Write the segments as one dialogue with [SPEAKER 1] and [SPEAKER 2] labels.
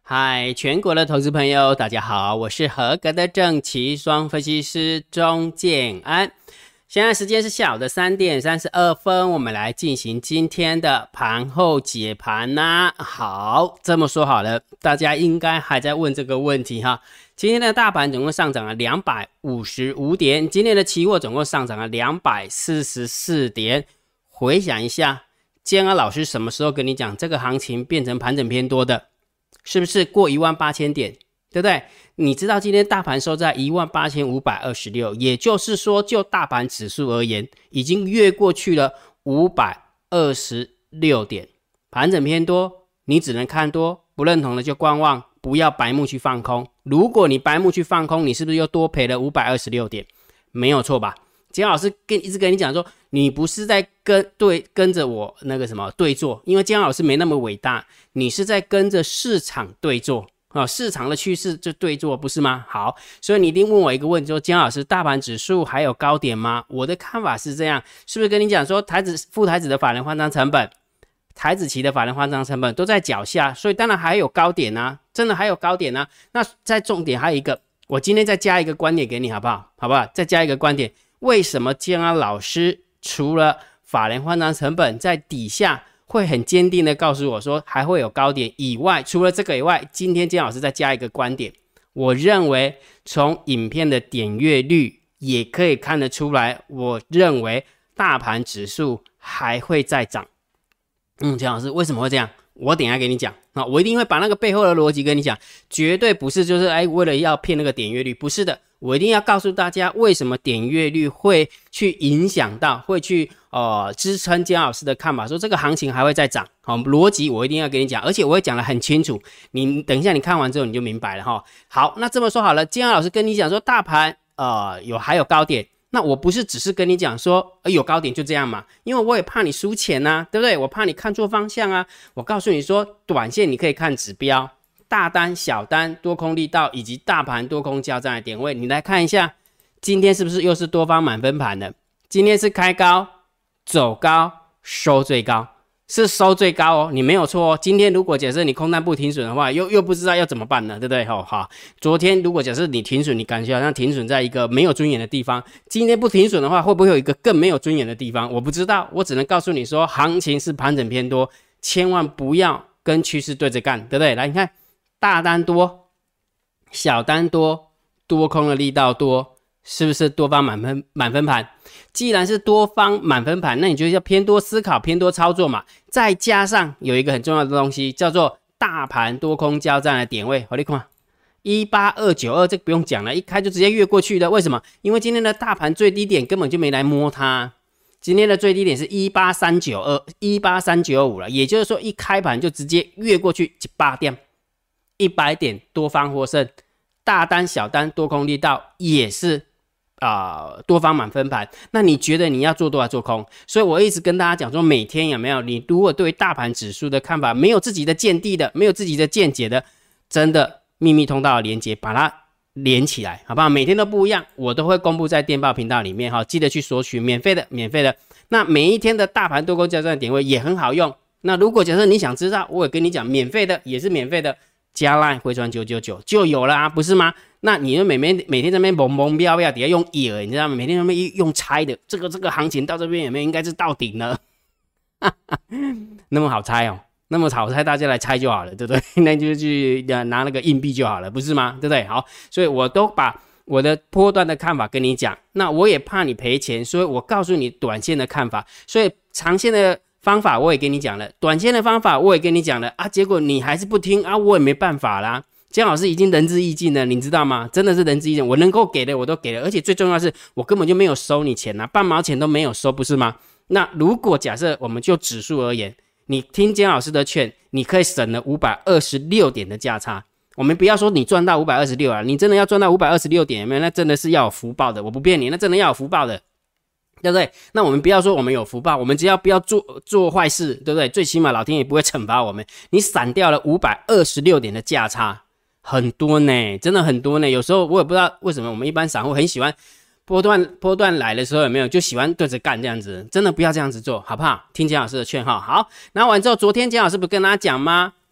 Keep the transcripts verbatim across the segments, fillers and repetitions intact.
[SPEAKER 1] 嗨，全国的投资朋友，大家好，我是合格的正奇双分析师钟建安。现在时间是下午的三点三十二分，我们来进行今天的盘后解盘啦、啊。好，这么说好了，大家应该还在问这个问题哈。今天的大盘总共上涨了两百五十五点，今天的期货总共上涨了两百四十四点。回想一下，建安老师什么时候跟你讲这个行情变成盘整偏多的？是不是过一万八千点，对不对？你知道今天大盘收在一万八千五百二十六，也就是说就大盘指数而言，已经越过去了五百二十六点，盘整偏多，你只能看多，不认同的就观望，不要白目去放空。如果你白目去放空，你是不是又多赔了五百二十六点？没有错吧？姜老师跟一直跟你讲说，你不是在跟对跟着我那个什么对做，因为姜老师没那么伟大，你是在跟着市场对做啊、哦，市场的趋势就对做，不是吗？好，所以你一定问我一个问题，说姜老师，大盘指数还有高点吗？我的看法是这样，是不是跟你讲说，台指副台指的法人换仓成本，台指期的法人换仓成本都在脚下，所以当然还有高点啊，真的还有高点啊。那在重点还有一个，我今天再加一个观点给你，好不好？好不好？再加一个观点。为什么建安老师除了法人换仓成本在底下会很坚定的告诉我说还会有高点以外，除了这个以外，今天建安老师再加一个观点，我认为从影片的点阅率也可以看得出来，我认为大盘指数还会再涨。嗯，建安老师为什么会这样？我等一下给你讲啊，我一定会把那个背后的逻辑跟你讲，绝对不是就是哎为了要骗那个点阅率，不是的。我一定要告诉大家为什么点阅率会去影响到，会去呃支撑姜老师的看法，说这个行情还会再涨。好，逻辑我一定要跟你讲，而且我会讲得很清楚，你等一下你看完之后你就明白了哈。好，那这么说好了，姜老师跟你讲说大盘呃有还有高点，那我不是只是跟你讲说、呃、有高点就这样嘛，因为我也怕你输钱啊，对不对？我怕你看错方向啊。我告诉你说，短线你可以看指标。大单、小单、多空力道以及大盘多空交战的点位，你来看一下，今天是不是又是多方满分盘的？今天是开高、走高、收最高，是收最高哦，你没有错哦。今天如果假设你空单不停损的话，又又不知道要怎么办呢，对不对？好、哦，好，昨天如果假设你停损，你感觉好像停损在一个没有尊严的地方，今天不停损的话，会不会有一个更没有尊严的地方？我不知道，我只能告诉你说，行情是盘整偏多，千万不要跟趋势对着干，对不对？来，你看。大单多，小单多，多空的力道多，是不是多方满分满分盘？既然是多方满分盘，那你就要偏多思考，偏多操作嘛。再加上有一个很重要的东西，叫做大盘多空交战的点位。好，你看一八二九二，这个不用讲了，一开就直接越过去的。为什么？因为今天的大盘最低点根本就没来摸它。今天的最低点是一八三九二、一八三九五了，也就是说一开盘就直接越过去一百点。一百点多方获胜，大单小单多空力道也是啊、呃、多方满分盘。那你觉得你要做多还做空？所以我一直跟大家讲说，每天有没有你如果对大盘指数的看法没有自己的见地的，没有自己的见解的，真的秘密通道的连结把它连起来，好不好？每天都不一样，我都会公布在电报频道里面哈，记得去索取免费的，免费的。那每一天的大盘多空交战的点位也很好用。那如果假设你想知道，我也跟你讲，免费的也是免费的。加 line 回传九九九就有了啊，不是吗？那你就每天每天在那边蹦蹦飙飙，底下用野，你知道吗？每天在那边用猜的，这个这个行情到这边有没有应该是到顶了？那么好猜哦，那么好猜，大家来猜就好了，对不对？那就去拿那个硬币就好了，不是吗？对不对？好，所以我都把我的波段的看法跟你讲，那我也怕你赔钱，所以我告诉你短线的看法，所以长线的方法我也跟你讲了，短线的方法我也跟你讲了啊，结果你还是不听啊，我也没办法啦。姜老师已经仁至义尽了，你知道吗？真的是仁至义尽，我能够给的我都给了，而且最重要的是我根本就没有收你钱啊，半毛钱都没有收，不是吗？那如果假设我们就指数而言，你听姜老师的劝，你可以省了五百二十六点的价差。我们不要说你赚到五百二十六啊，你真的要赚到五百二十六点有没有？那真的是要有福报的，我不骗你，那真的要有福报的。对不对？那我们不要说我们有福报，我们只要不要做做坏事，对不对？最起码老天爷不会惩罚我们。你闪掉了五百二十六点的价差，很多呢，真的很多呢。有时候我也不知道为什么我们一般散户很喜欢波段波段来的时候有没有就喜欢对着干这样子，真的不要这样子做，好不好？听姜老师的劝哈。好，拿完之后，昨天姜老师不跟大家讲吗？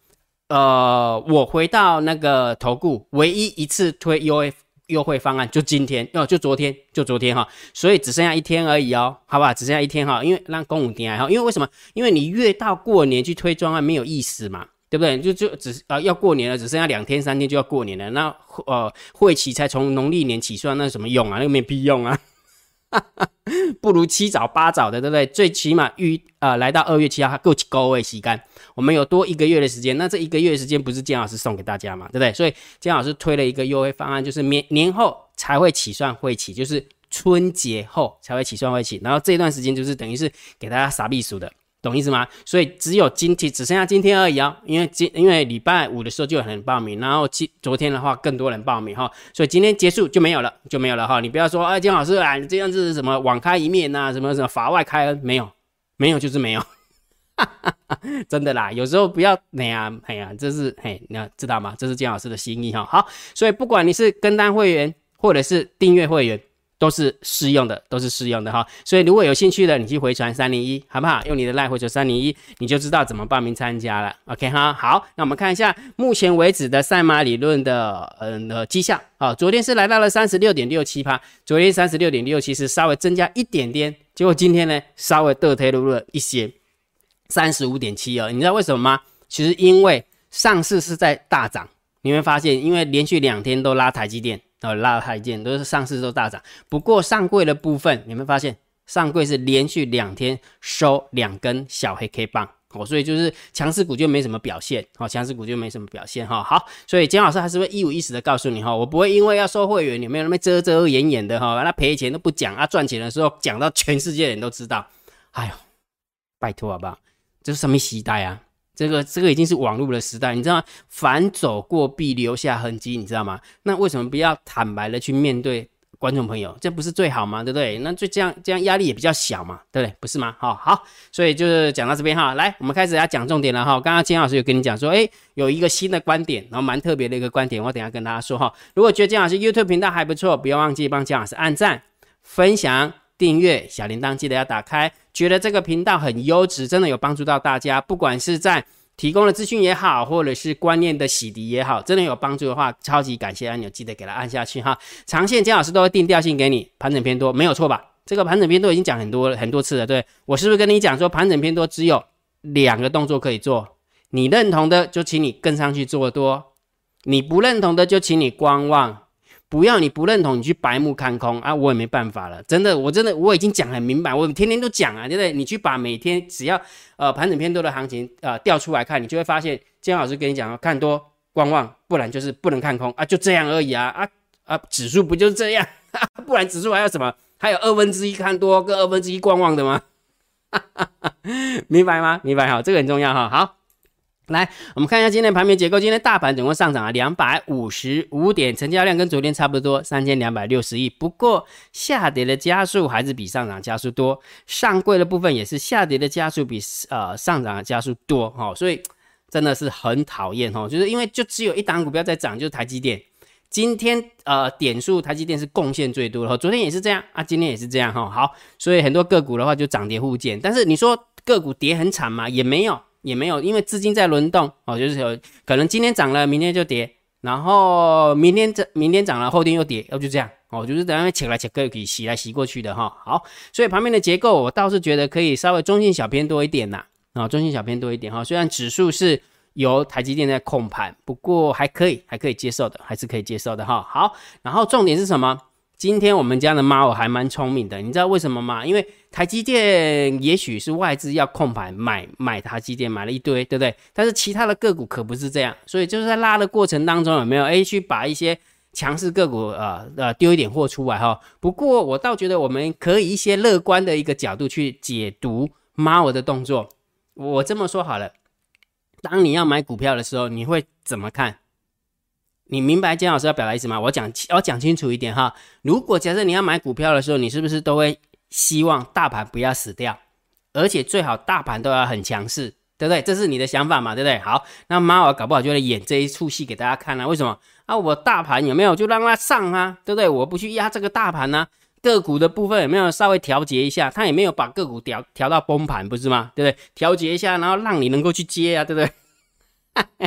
[SPEAKER 1] 呃，我回到那个投顾，唯一一次推优惠优惠方案就今天，哦，就昨天，就昨天哈，所以只剩下一天而已哦，好吧，只剩下一天哈，因为让公五天哈，因为为什么？因为你越到过年去推专案没有意思嘛，对不对？就就只啊、呃、要过年了，只剩下两天三天就要过年了，那呃会期才从农历年起算，那有什么用啊？那个没屁用啊。不如七早八早的，对不对？最起码预呃来到二月七号够够位时间，我们有多一个月的时间。那这一个月的时间不是姜老师送给大家嘛，对不对？所以姜老师推了一个优惠方案，就是年年后才会起算会期，就是春节后才会起算会期。然后这段时间就是等于是给大家撒避暑的。懂意思吗？所以只有今天，只剩下今天而已啊、哦！因为今因为礼拜五的时候就有人报名，然后今昨天的话更多人报名哈，所以今天结束就没有了，就没有了哈！你不要说啊，姜老师啊，这样子什么网开一面呐、啊，什么什么法外开恩，没有，没有就是没有，真的啦！有时候不要哎呀哎呀，这是嘿，你要知道吗？这是姜老师的心意哈。好，所以不管你是跟单会员或者是订阅会员。都是适用的，都是适用的哈，所以如果有兴趣的，你去回传三零一，好不好？用你的 LINE 回传三零一，你就知道怎么报名参加了。OK 哈，好，那我们看一下目前为止的赛马理论的嗯的绩效啊，昨天是来到了 三十六点六七%，昨天 三十六点六七 是稍微增加一点点，结果今天呢稍微倒退入了一些 三十五点七 哦，你知道为什么吗？其实因为上市是在大涨，你会发现，因为连续两天都拉台积电。哦，拉台积电都是上市都大涨，不过上柜的部分，你们发现上柜是连续两天收两根小黑 K 棒，哦，所以就是强势股就没什么表现，哦，强势股就没什么表现哈、哦。好，所以姜老师还是会一五一十的告诉你哈、哦，我不会因为要收会员，有没有那么遮遮掩掩的哈、哦，那赔钱都不讲啊，赚钱的时候讲到全世界人都知道，哎呦，拜托好不好？这是什么时代啊？这个这个已经是网络的时代，你知道吗？反走过必留下痕迹，你知道吗？那为什么不要坦白的去面对观众朋友？这不是最好吗？对不对？那就这样这样压力也比较小嘛，对不对？不是吗？好，好，所以就是讲到这边哈，来，我们开始要讲重点了哈。刚刚金老师有跟你讲说，哎，有一个新的观点，然后蛮特别的一个观点，我等一下跟大家说哈。如果觉得姜老师 YouTube 频道还不错，不要忘记帮姜老师按赞、分享。订阅小铃铛记得要打开，觉得这个频道很优质，真的有帮助到大家，不管是在提供的资讯也好，或者是观念的洗涤也好，真的有帮助的话，超级感谢按钮记得给它按下去哈。长线姜老师都会定调性给你，盘整偏多没有错吧？这个盘整偏多已经讲很多很多次了，对，我是不是跟你讲说盘整偏多只有两个动作可以做？你认同的就请你跟上去做多，你不认同的就请你观望。不要你不认同，你去白目看空啊！我也没办法了，真的，我真的我已经讲很明白，我天天都讲啊，对不对？你去把每天只要呃盘整偏多的行情呃调出来看，你就会发现，姜老师跟你讲，看多观望，不然就是不能看空啊，就这样而已啊啊啊！指数不就是这样？不然指数还有什么？还有二分之一看多跟二分之一观望的吗？明白吗？明白哈，这个很重要哈。好。来，我们看一下今天的盘面结构。今天大盘总共上涨了两百五十五点，成交量跟昨天差不多，三千两百六十亿。不过下跌的加速还是比上涨加速多，上柜的部分也是下跌的加速比呃上涨的加速多哦，所以真的是很讨厌哦，就是因为就只有一档股票在涨，就是台积电。今天呃点数台积电是贡献最多的，昨天也是这样啊，今天也是这样哈。好，所以很多个股的话就涨跌互见，但是你说个股跌很惨吗？也没有。也没有，因为资金在轮动哦，就是有可能今天涨了，明天就跌，然后明天这明天涨了，后天又跌，要就这样哦，就是等下切来切去，洗来洗过去的哈。好，所以旁边的结构我倒是觉得可以稍微中性小偏多一点啦，啊、哦，中性小偏多一点哈。虽然指数是由台积电在控盘，不过还可以，还可以接受的，还是可以接受的哈。好，然后重点是什么？今天我们家的猫还蛮聪明的，你知道为什么吗？因为台积电也许是外资要控盘买买台积电买了一堆，对不对？但是其他的个股可不是这样，所以就是在拉的过程当中有没有哎去把一些强势个股呃呃丢一点货出来哈。不过我倒觉得我们可以一些乐观的一个角度去解读猫的动作。我这么说好了，当你要买股票的时候，你会怎么看？你明白姜老师要表达意思吗？我讲我讲清楚一点哈。如果假设你要买股票的时候，你是不是都会希望大盘不要死掉，而且最好大盘都要很强势，对不对？这是你的想法嘛，对不对？好，那妈我搞不好就会演这一出戏给大家看啊。为什么啊？我大盘有没有就让它上啊，对不对？我不去压这个大盘啊，个股的部分有没有稍微调节一下？它也没有把个股调调到崩盘，不是吗？对不对？调节一下，然后让你能够去接啊，对不对？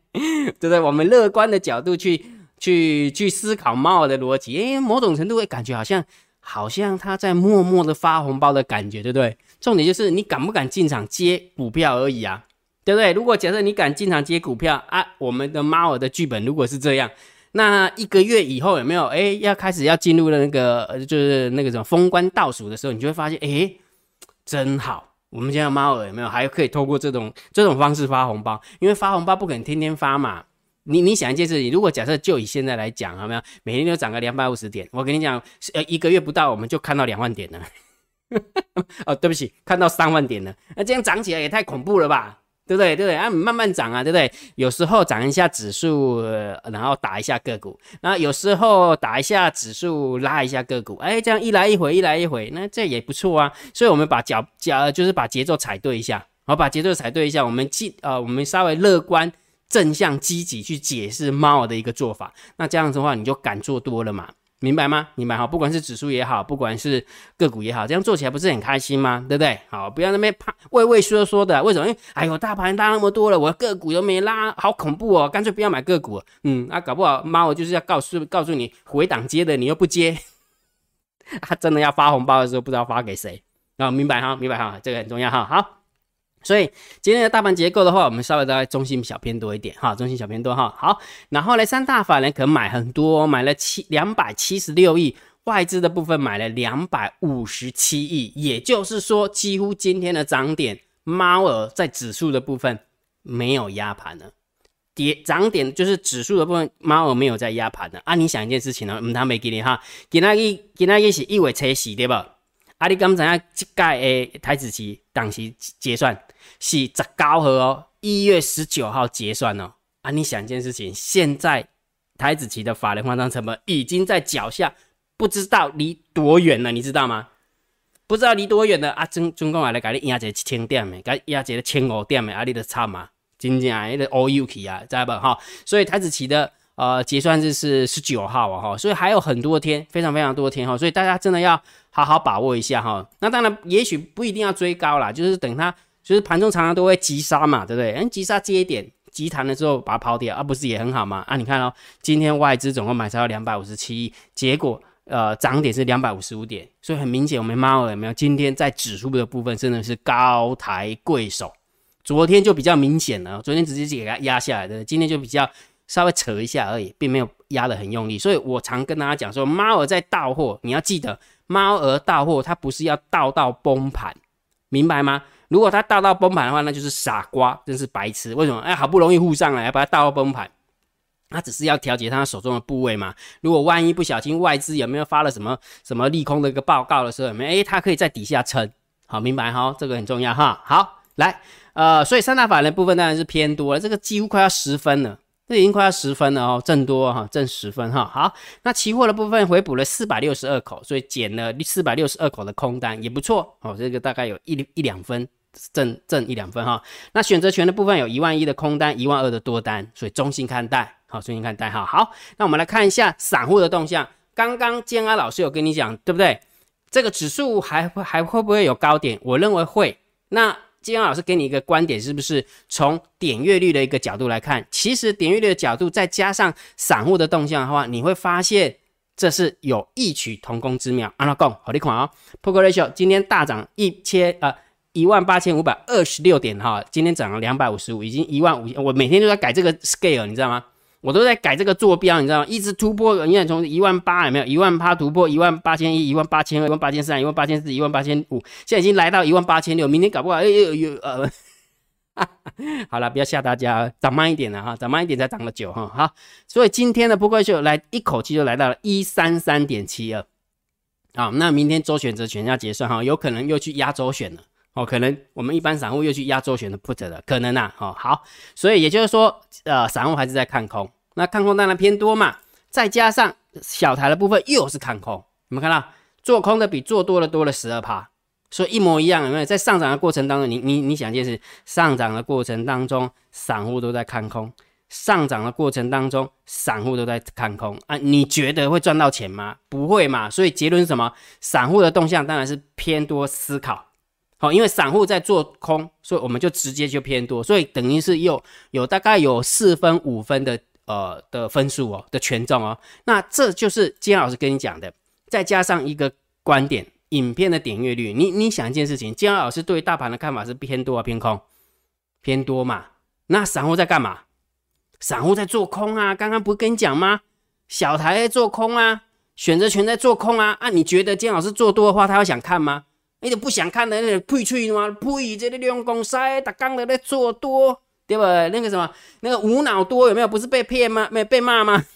[SPEAKER 1] 对不对？我们乐观的角度去去去思考猫儿的逻辑，诶，某种程度会感觉好像好像他在默默的发红包的感觉，对不对？重点就是你敢不敢进场接股票而已啊，对不对？如果假设你敢进场接股票啊，我们的猫儿的剧本如果是这样，那一个月以后有没有？哎，要开始要进入了那个就是那个什么封关倒数的时候，你就会发现，哎，真好。我们现在猫儿有没有还可以透过这种这种方式发红包？因为发红包不可能天天发嘛。你你想一件事情，如果假设就以现在来讲，有没有每天都涨个两百五十点？我跟你讲，呃，一个月不到我们就看到两万点了。哦，对不起，看到三万点了。那这样涨起来也太恐怖了吧？对不对？对不对？啊，慢慢涨啊，对不对？有时候涨一下指数，呃、然后打一下个股，然后有时候打一下指数，拉一下个股，哎，这样一来一回，一来一回，那这也不错啊。所以我们把脚脚就是把节奏踩对一下，好，把节奏踩对一下，我们记呃，我们稍微乐观、正向、积极去解释猫儿的一个做法，那这样子的话，你就敢做多了嘛。明白吗？明白哈，不管是指数也好，不管是个股也好，这样做起来不是很开心吗？对不对？好，不要那边怕畏畏缩缩的，为什么？哎呦，大盘拉那么多了，我个股都没拉，好恐怖哦！干脆不要买个股。嗯，啊，搞不好猫就是要告诉告诉你回档接的，你又不接，他真的要发红包的时候，不知道发给谁啊、哦？明白哈，明白哈，这个很重要哈。好。所以今天的大盘结构的话，我们稍微大概中性小偏多一点哈，中性小偏多哈。好，然后呢，三大法人可能买很多，买了七两百七十六亿，外资的部分买了两百五十七亿，也就是说，几乎今天的涨点，猫儿在指数的部分没有压盘了，跌涨点就是指数的部分，猫儿没有在压盘的啊。你想一件事情呢，唔通袂记你哈，今仔日今仔日是一月初四对吧？啊，你敢知影这届的台指期当时结算是十九号哦，一月十九号结算哦。啊，你想一件事情，现在台指期的法人换仓成本已经在脚下，不知道离多远了，你知道吗？不知道离多远了啊！总总共来给你压一个一千点的，给压一个千五点的，啊，你就惨嘛，真正那个乌有去啊，知道不哈？所以台指期的呃结算日是十九号啊哈，所以还有很多天，非常非常多天哈，所以大家真的要好好把握一下哈。那当然，也许不一定要追高啦，就是等它，就是盘中常常都会急杀嘛，对不对？嗯，急杀接一点，急弹了之后把它抛掉，啊，不是也很好吗？啊，你看哦，今天外资总共买超两百五十七亿，结果呃涨点是两百五十五点，所以很明显，我们猫儿有没有？今天在指数的部分真的是高抬贵手，昨天就比较明显了，昨天直接给它压下来的，今天就比较稍微扯一下而已，并没有压得很用力。所以我常跟大家讲说，猫儿在倒货，你要记得，猫儿倒货它不是要倒到崩盘，明白吗？如果它倒到崩盘的话，那就是傻瓜，真是白痴。为什么？哎，好不容易护上来，把它倒到崩盘，它只是要调节它手中的部位嘛。如果万一不小心外资有没有发了什么什么利空的一个报告的时候，有没有？哎，它可以在底下撑。好，明白哈？这个很重要哈。好，来，呃，所以三大法人的部分当然是偏多了，这个几乎快要十分了。这已经快要十分了哦，正多哈，正十分哈。好，那期货的部分回补了四百六十二口，所以减了四百六十二口的空单也不错哦，这个大概有一一两分，正正一两分哈。那选择权的部分有一万一的空单，一万二的多单，所以中性看待，好，中性看待哈。好，那我们来看一下散户的动向。刚刚建安老师有跟你讲，对不对？这个指数还会还会不会有高点？我认为会。那建安老师给你一个观点，是不是从点阅率的一个角度来看，其实点阅率的角度再加上散户的动向的话，你会发现这是有异曲同工之妙。按照讲，好，你看哦 ，P/E ratio 今天大涨一千呃一万八千五百二十六点哈，今天涨了两百五十五，已经一万五，我每天都在改这个 scale， 你知道吗？我都在改这个坐标，你知道吗？一直突破，你看从一万八有没有？一万八突破一万八千一、一万八千二、一万八千三、一万八千四、一万八千五，现在已经来到一万八千六，明天搞不好，哎呦呦呃，好了，不要吓大家，涨慢一点了哈，涨慢一点才涨了九哈。好，所以今天的P/E ratio来一口气就来到了一百三十三点七二，好，那明天周选择权要结算哈，有可能又去压周选了。哦，可能我们一般散户又去压周选的 put 了，可能啊，哦，好，所以也就是说，呃，散户还是在看空，那看空当然偏多嘛，再加上小台的部分又是看空，你们看到做空的比做多的多了 百分之十二， 所以一模一样，有没有？在上涨的过程当中，你你你想一件事，上涨的过程当中，散户都在看空，上涨的过程当中，散户都在看空啊，你觉得会赚到钱吗？不会嘛，所以结论是什么？散户的动向当然是偏多思考。 好，因为散户在做空，所以我们就直接就偏多，所以等于是有有大概有四分五分的呃的分数哦的权重哦。那这就是今天老师跟你讲的，再加上一个观点，影片的点阅率。你你想一件事情，今天老师对大盘的看法是偏多啊偏空？偏多嘛。那散户在干嘛？散户在做空啊，刚刚不是跟你讲吗？小台在做空啊，选择权在做空啊。啊，你觉得今天老师做多的话，他会想看吗？你就不想看的，那个呸吹嘛，呸！这个量公塞，打刚的在做多，对吧？那个什么，那个无脑多有没有？不是被骗吗？没被骂吗？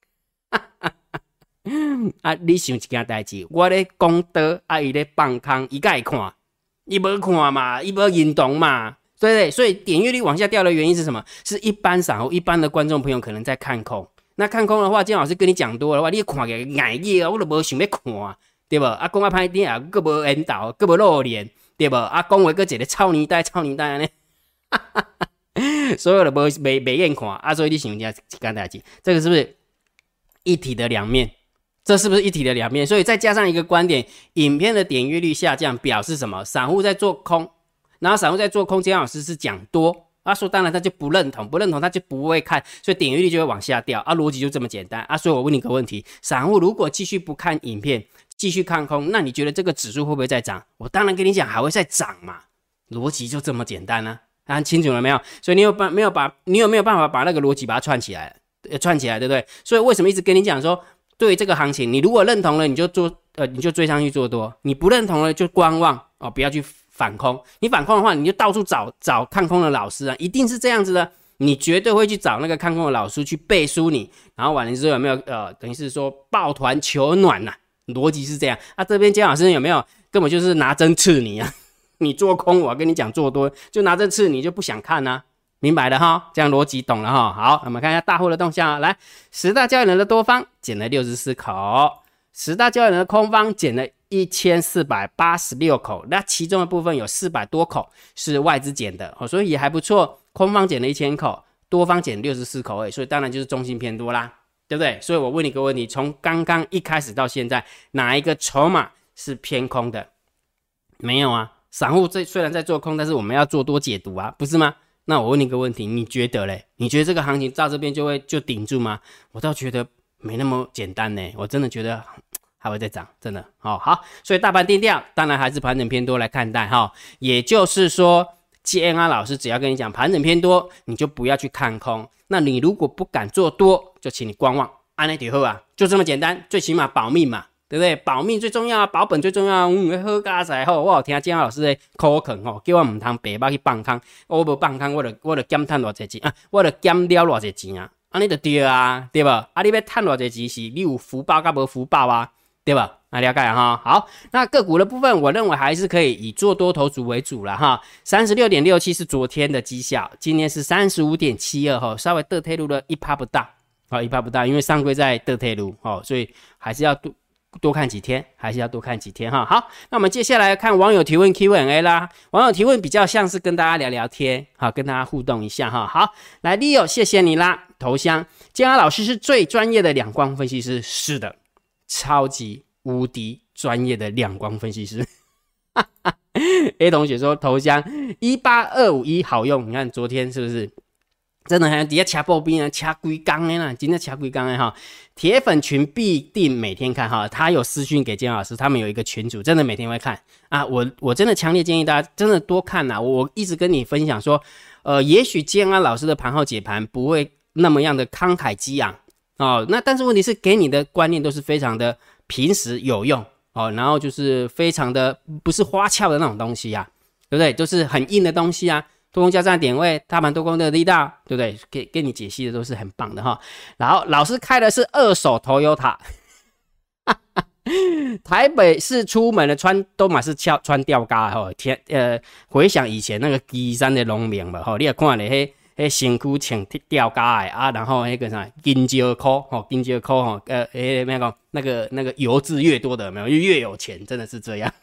[SPEAKER 1] 啊，你想一件代志，我咧讲多，啊，伊咧放空，伊该看，伊无看嘛，伊无运动嘛，对不对？所以点阅率往下掉的原因是什么？是一般散户、一般的观众朋友可能在看空。那看空的话，今天老师跟你讲多的话，你看起来眼热啊，我都无想要看。对吧？啊，讲啊歹听啊，佫无引导，佫无露脸，对吧？啊，讲话佫一个臭年代、臭年代安尼，所有的无袂袂眼看啊，所以你想一下一件代志，这个是不是一体的两面？这是不是一体的两面？所以再加上一个观点，影片的点阅率下降，表示什么？散户在做空，然后散户在做空，姜老师是讲多。啊，说当然他就不认同，不认同他就不会看，所以点阅率就会往下掉啊，逻辑就这么简单啊。所以我问你个问题：散户如果继续不看影片，继续看空，那你觉得这个指数会不会再涨？我当然跟你讲，还会再涨嘛，逻辑就这么简单啊，啊，清楚了没有？所以你有办没有把你有没有办法把那个逻辑把它串起来，呃，串起来，对不对？所以为什么一直跟你讲说，对于这个行情，你如果认同了，你就做，呃，你就追上去做多；你不认同了，就观望哦，不要去反空。你反空的话，你就到处找找看空的老师啊，一定是这样子的。你绝对会去找那个看空的老师去背书你，然后完了之后有没有呃，等于是说抱团求暖呐、啊？逻辑是这样啊。这边姜老师有没有根本就是拿针刺你啊？你做空，我跟你讲做多，就拿针刺你就不想看啊。明白了哈，这样逻辑懂了哈。好，我们看一下大户的动向啊。来，十大交易人的多方减了六十四口，十大交易人的空方减了一千四百八十六口，那其中的部分有四百多口是外资减的，所以也还不错。空方减了一千口，多方减六十四口而已，所以当然就是中性偏多啦，对不对？所以我问你个问题，从刚刚一开始到现在，哪一个筹码是偏空的？没有啊，散户虽然在做空，但是我们要做多解读啊，不是吗？那我问你个问题，你觉得嘞？你觉得这个行情到这边就会就顶住吗？我倒觉得没那么简单呢，我真的觉得还会再涨，真的。哦，好，所以大盘定调，当然还是盘整偏多来看待哈。也就是说，J N R 老师只要跟你讲盘整偏多，你就不要去看空。那你如果不敢做多，就请你观望。安内就好啊，就这么简单，最起码保命嘛。对不对？保命最重要啊，保本最重要啊。嗯，好加载吼，我有听姜老师的口肯吼，叫我唔通白目去放空，我无放空，我就我就减赚偌济钱啊，我就减了偌济钱啊，安尼就对啊，对吧？啊，你要赚偌济钱是你有福报甲无福报啊，对吧？那了解哈。好，那个股的部分，我认为还是可以以做多头组为主啦哈。三十六点六七是昨天的绩效，今天是三十五点七二哈，稍微倒退路了一趴不到，好一趴不到，因为上柜在倒退路哦，所以还是要多。多看几天，还是要多看几天哈。好，那我们接下来看网友提问 Q and A 啦。网友提问比较像是跟大家聊聊天，好，跟大家互动一下哈。好，来 Leo， 谢谢你啦，头像。姜老师是最专业的两光分析师，是的，超级无敌专业的两光分析师。A 同学说头像一八二五一好用，你看昨天是不是？真的还底下掐爆冰啊，掐龟缸的啦，真的掐龟缸的哈。铁粉群必定每天看哈，他有私讯给建老师，他们有一个群组，真的每天会看啊。我我真的强烈建议大家真的多看呐。我一直跟你分享说，呃，也许建安老师的盘后解盘不会那么样的慷慨激昂哦，那但是问题是给你的观念都是非常的平时有用哦，然后就是非常的不是花俏的那种东西啊，对不对？都是很硬的东西啊。多空交战点位，大盘多空的力道，对不对？给给你解析的都是很棒的哈。然后老师开的是二手 Toyota， 台北市出门的穿都嘛是穿吊嘎哈。天呃，回想以前那个基山的农民嘛哈，你也看咧，迄迄身躯穿吊嘎的啊，然后那个啥金蕉裤吼，金蕉裤吼，呃，诶那个那个那个油脂越多的有没有越有钱，真的是这样。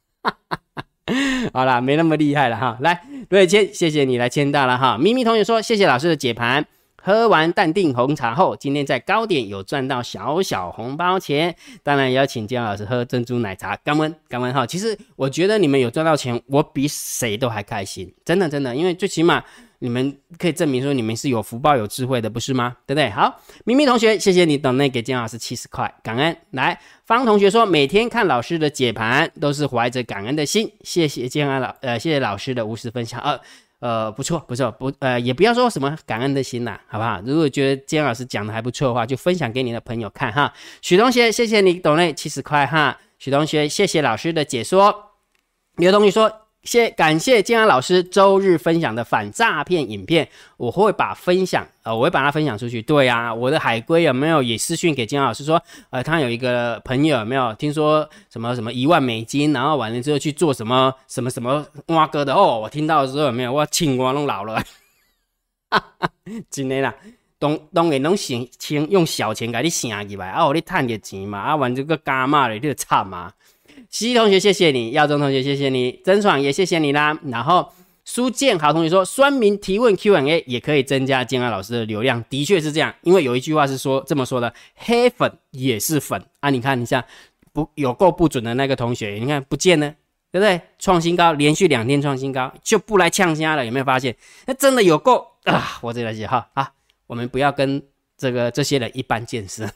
[SPEAKER 1] 好啦，没那么厉害了哈。来，瑞谦，谢谢你来签到了哈。咪咪同学说，谢谢老师的解盘， 喝完淡定红茶后，今天在高点有赚到小小红包钱，当然也要请姜老师喝珍珠奶茶，感恩感恩哈。其实我觉得你们有赚到钱，我比谁都还开心，真的真的，因为最起码你们可以证明说你们是有福报有智慧的，不是吗？对不对？好，咪咪同学，谢谢你抖内给姜老师七十块，感恩。来，方同学说每天看老师的解盘都是怀着感恩的心，谢谢姜老呃谢谢老师的无私分享呃。呃，不错，不错，不，呃，也不要说什么感恩的心啦，好不好？如果觉得姜老师讲的还不错的话，就分享给你的朋友看哈。许同学，谢谢你抖内七十块哈。许同学，谢谢老师的解说。刘同学说，谢感谢姜老师周日分享的反诈骗影片，我会把分享，呃，我会把它分享出去。对啊，我的海龟有没有也私讯给姜老师说，呃，他有一个朋友有没有听说什么什么一万美金，然后完了之后去做什么什么什么挖哥的哦，我听到的时候有没有，我青蛙都老了，真的啦，当当然拢先先用小钱给你省起来，啊，我你赚点钱嘛，啊，完这个干嘛了，你就惨嘛。西同学谢谢你，耀中同学谢谢你，曾爽也谢谢你啦。然后苏建豪同学说，酸民提问 Q and A 也可以增加建安老师的流量，的确是这样，因为有一句话是说这么说的，黑粉也是粉啊。你看一下，不有够不准的那个同学，你看不见了，对不对？创新高，连续两天创新高，就不来呛虾了，有没有发现？那真的有够啊！我这来写哈啊，我们不要跟这个这些人一般见识。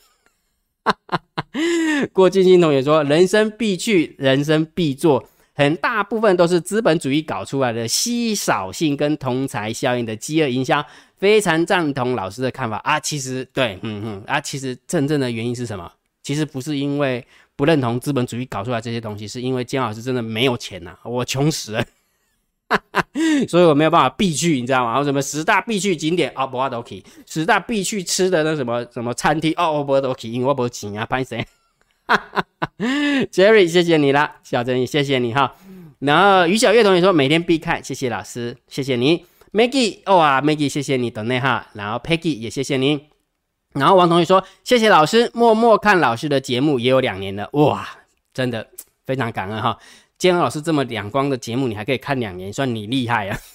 [SPEAKER 1] 郭金星同学说，人生必去，人生必做，很大部分都是资本主义搞出来的稀少性跟同财效应的饥饿营销，非常赞同老师的看法啊。其实对，嗯嗯啊，其实真正的原因是什么？其实不是因为不认同资本主义搞出来这些东西，是因为姜老师真的没有钱呐、啊，我穷死了。所以我没有办法必去，你知道吗？什么十大必去景点哦，不都可以；十大必去吃的那什么什么餐厅哦，我不都可以，因为我没钱啊，拍谁？Jerry， 谢谢你啦，小珍，谢谢你哈。然后于小月同学说每天必看，谢谢老师，谢谢你。Maggie， 哇 ，Maggie， 谢谢你等内哈。然后 Peggy 也谢谢你。然后王同学说谢谢老师，默默看老师的节目也有两年了，哇，真的非常感恩哈。姜老师这么两光的节目你还可以看两年，算你厉害啊。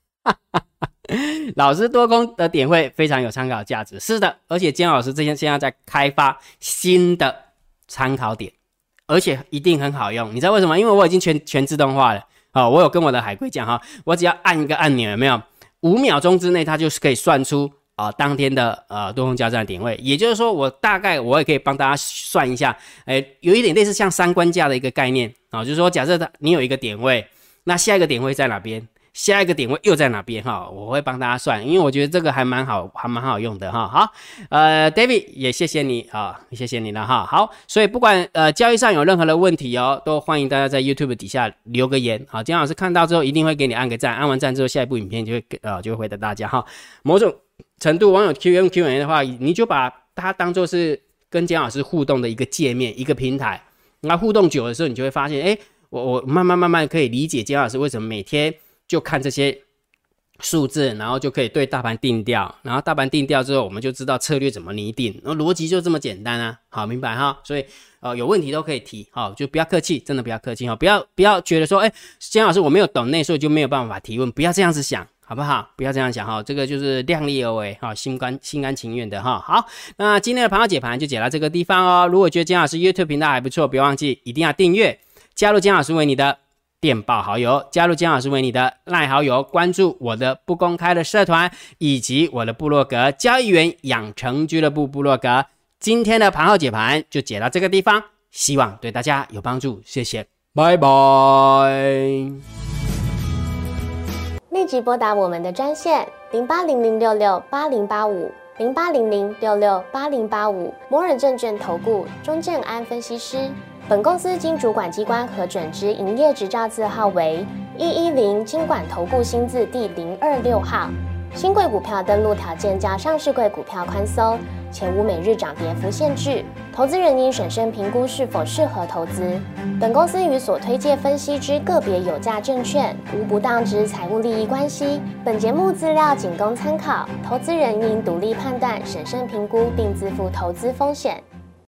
[SPEAKER 1] 老师多空的点会非常有参考价值，是的，而且姜老师这些现在在开发新的参考点，而且一定很好用。你知道为什么？因为我已经全全自动化了、哦、我有跟我的海龟讲哈，我只要按一个按钮，有没有五秒钟之内它就是可以算出呃，当天的呃多空交战的点位，也就是说，我大概我也可以帮大家算一下，哎，有一点类似像三关价的一个概念啊、哦，就是说，假设你有一个点位，那下一个点位在哪边，下一个点位又在哪边哈、哦，我会帮大家算，因为我觉得这个还蛮好，还蛮好用的哈。好，呃 ，David 也谢谢你啊、哦，谢谢你了哈。好，所以不管呃交易上有任何的问题哦，都欢迎大家在 YouTube 底下留个言，好，姜老师看到之后一定会给你按个赞，按完赞之后，下一部影片就会呃就会回答大家哈。某种程度网友 Q and A 的话，你就把它当作是跟姜老师互动的一个界面，一个平台。那互动久的时候，你就会发现，哎，我我慢慢慢慢可以理解姜老师为什么每天就看这些数字，然后就可以对大盘定调，然后大盘定调之后，我们就知道策略怎么拟定，然后逻辑就这么简单啊。好，明白哈？所以呃有问题都可以提，好，就不要客气，真的不要客气哈，不要不要觉得说，哎，姜老师我没有懂内，所以就没有办法提问，不要这样子想。好不好？不要这样想哈，这个就是量力而为哈，心甘心甘情愿的哈。好，那今天的盘后解盘就解到这个地方哦。如果觉得姜老师 YouTube 频道还不错，别忘记一定要订阅，加入姜老师为你的电报好友，加入姜老师为你的 LINE 好友，关注我的不公开的社团以及我的部落格交易员养成俱乐部部落格。今天的盘后解盘就解到这个地方，希望对大家有帮助，谢谢，拜拜。
[SPEAKER 2] 立即拨打我们的专线零八零零六六八零八五零八零零六六八零八五摩尔证券投顾钟建安分析师。本公司经主管机关核准之营业执照字号为一一零金管投顾新字第零二六号。新贵股票登录条件较上市贵股票宽松，且无每日涨跌幅限制，投资人应审慎评估是否适合投资。本公司与所推介分析之个别有价证券无不当之财务利益关系。本节目资料仅供参考，投资人应独立判断、审慎评估并自负投资风险。